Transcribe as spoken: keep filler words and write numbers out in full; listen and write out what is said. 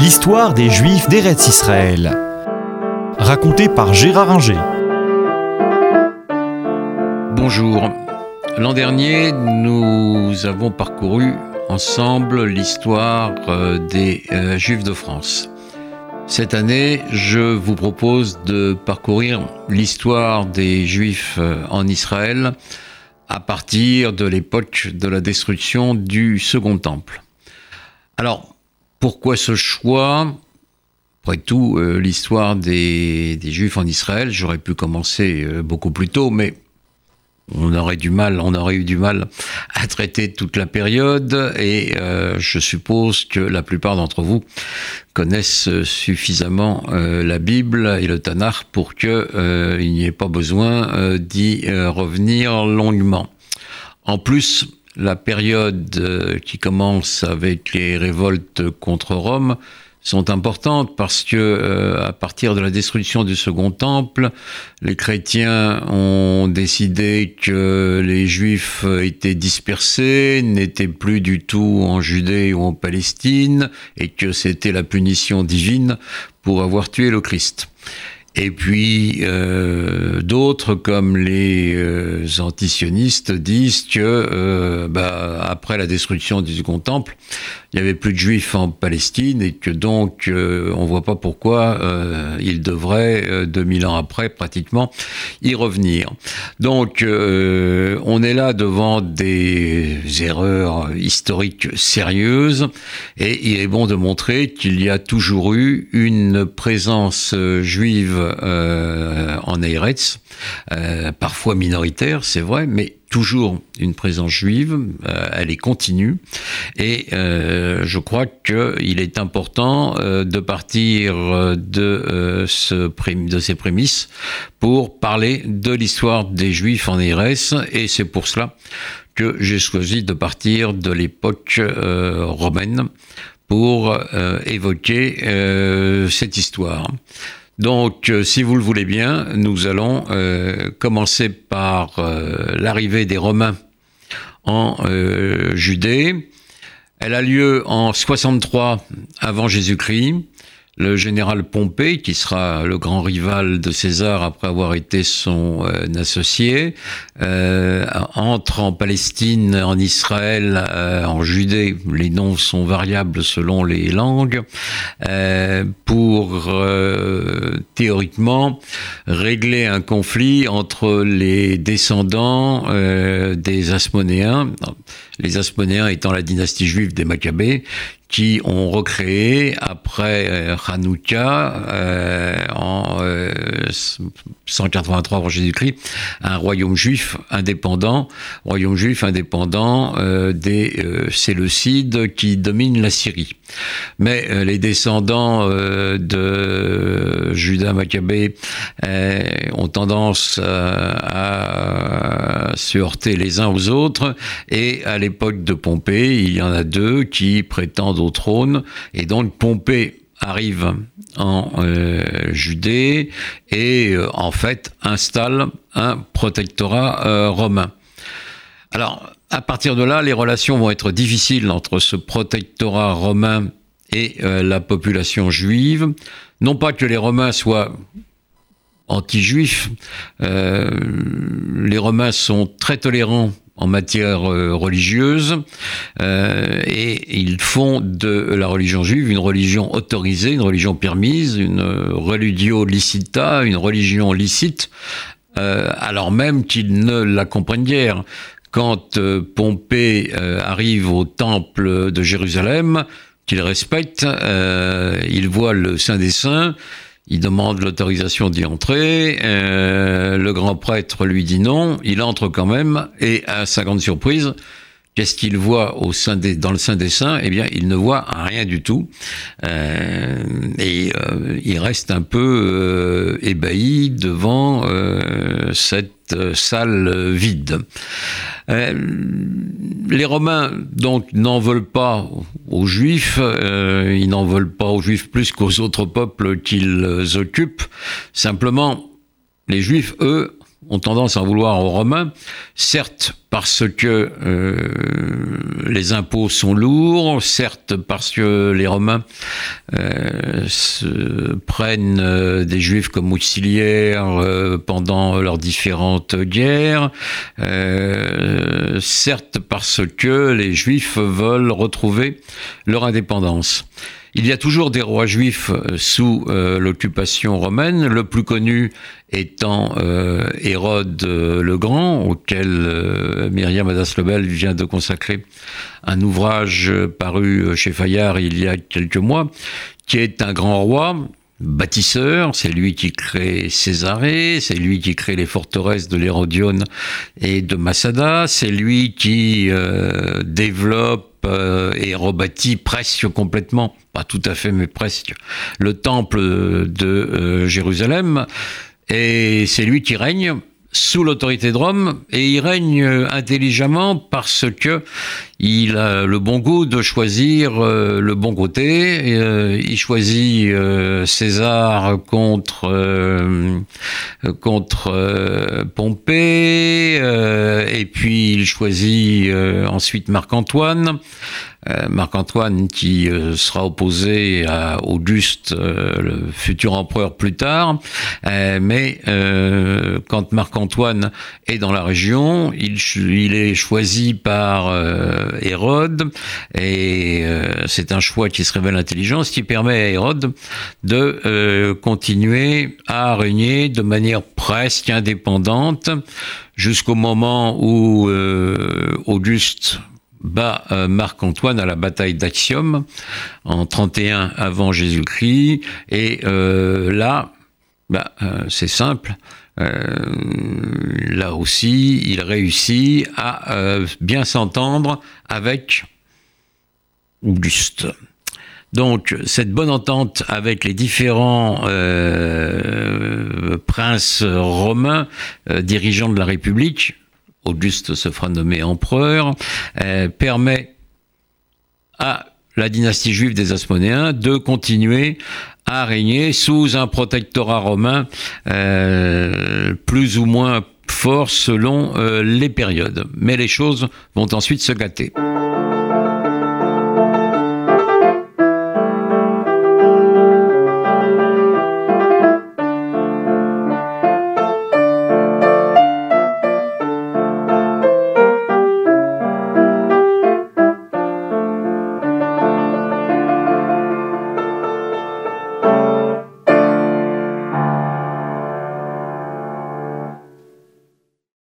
L'histoire des Juifs d'Eretz Israël, racontée par Gérard Inger. Bonjour. L'an dernier, nous avons parcouru ensemble l'histoire des euh, Juifs de France. Cette année, je vous propose de parcourir l'histoire des Juifs en Israël à partir de l'époque de la destruction du Second Temple. Alors, pourquoi ce choix ? Après tout, euh, l'histoire des, des Juifs en Israël, j'aurais pu commencer euh, beaucoup plus tôt, mais on aurait du mal, on aurait eu du mal à traiter toute la période, et euh, je suppose que la plupart d'entre vous connaissent suffisamment euh, la Bible et le Tanakh pour que euh, il n'y ait pas besoin euh, d'y euh, revenir longuement. En plus, la période euh, qui commence avec les révoltes contre Rome sont importantes parce que euh, à partir de la destruction du Second Temple, les chrétiens ont décidé que les Juifs étaient dispersés, n'étaient plus du tout en Judée ou en Palestine, et que c'était la punition divine pour avoir tué le Christ. Et puis euh, d'autres, comme les euh, antisionistes, disent que euh, bah, après la destruction du Second Temple, il n'y avait plus de Juifs en Palestine et que donc euh, on ne voit pas pourquoi euh, ils devraient, euh, deux mille ans après, pratiquement, y revenir. Donc euh, on est là devant des erreurs historiques sérieuses, et il est bon de montrer qu'il y a toujours eu une présence juive Euh, en Eretz, euh, parfois minoritaire, c'est vrai, mais toujours une présence juive, euh, elle est continue, et euh, je crois qu'il est important euh, de partir de, euh, ce prim- de ces prémices pour parler de l'histoire des Juifs en Eretz, et c'est pour cela que j'ai choisi de partir de l'époque euh, romaine pour euh, évoquer euh, cette histoire. Donc, euh, si vous le voulez bien, nous allons euh, commencer par euh, l'arrivée des Romains en euh, Judée. Elle a lieu en soixante-trois avant Jésus-Christ. Le général Pompée, qui sera le grand rival de César après avoir été son euh, associé, euh, entre en Palestine, en Israël, euh, en Judée, les noms sont variables selon les langues, euh, pour euh, théoriquement régler un conflit entre les descendants euh, des Asmonéens, les Asmonéens étant la dynastie juive des Maccabées, qui ont recréé, après euh, Hanouka, euh, en euh, cent quatre-vingt-trois avant Jésus-Christ, un royaume juif indépendant, royaume juif indépendant euh, des euh, Séleucides qui dominent la Syrie. Mais euh, les descendants euh, de Juda Maccabée euh, ont tendance euh, à se heurter les uns aux autres, et à l'époque de Pompée, il y en a deux qui prétendent au trône, et donc Pompée arrive en euh, Judée et euh, en fait installe un protectorat euh, romain. Alors, à partir de là, les relations vont être difficiles entre ce protectorat romain et euh, la population juive. Non pas que les Romains soient anti-juifs, euh, les Romains sont très tolérants en matière euh, religieuse, euh, et ils font de la religion juive une religion autorisée, une religion permise, une religio licita, une religion licite, euh, alors même qu'ils ne la comprennent guère. Quand euh, Pompée euh, arrive au temple de Jérusalem, qu'il respecte, euh, il voit le Saint des Saints, il demande l'autorisation d'y entrer, euh, le grand prêtre lui dit non, il entre quand même, et à sa grande surprise, qu'est-ce qu'il voit au sein des, dans le Saint des Saints ? Eh bien, il ne voit rien du tout, euh, et euh, il reste un peu euh, ébahi devant euh, cette salle vide. Euh, les Romains, donc, n'en veulent pas aux Juifs, euh, ils n'en veulent pas aux Juifs plus qu'aux autres peuples qu'ils occupent. Simplement, les Juifs, eux, ont tendance à en vouloir aux Romains, certes parce que euh, les impôts sont lourds, certes parce que les Romains euh, se prennent euh, des Juifs comme auxiliaires euh, pendant leurs différentes guerres, euh, certes parce que les Juifs veulent retrouver leur indépendance. Il y a toujours des rois juifs sous euh, l'occupation romaine, le plus connu étant euh, Hérode euh, le Grand, auquel euh, Myriam Hadas-Lebel vient de consacrer un ouvrage paru chez Fayard il y a quelques mois, qui est un grand roi, bâtisseur. C'est lui qui crée Césarée, c'est lui qui crée les forteresses de l'Hérodione et de Massada, c'est lui qui euh, développe et rebâtit presque complètement, pas tout à fait mais presque, le temple de euh, Jérusalem, et c'est lui qui règne sous l'autorité de Rome, et il règne intelligemment parce que il a le bon goût de choisir euh, le bon côté. Et, euh, il choisit euh, César contre euh, contre euh, Pompée, euh, et puis il choisit euh, ensuite Marc-Antoine. Euh, Marc-Antoine qui euh, sera opposé à Auguste, euh, le futur empereur plus tard. Euh, mais euh, quand Marc-Antoine est dans la région, il, il est choisi par euh, Hérode, et euh, c'est un choix qui se révèle intelligent, ce qui permet à Hérode de euh, continuer à régner de manière presque indépendante jusqu'au moment où euh, Auguste bat euh, Marc-Antoine à la bataille d'Actium en trente et un avant Jésus-Christ, et euh, là, bah, euh, c'est simple. Euh, là aussi, il réussit à euh, bien s'entendre avec Auguste. Donc, cette bonne entente avec les différents euh, princes romains, euh, dirigeants de la République, Auguste se fera nommer empereur, euh, permet à la dynastie juive des Hasmonéens de continuer à régner sous un protectorat romain euh, plus ou moins fort selon euh, les périodes. Mais les choses vont ensuite se gâter.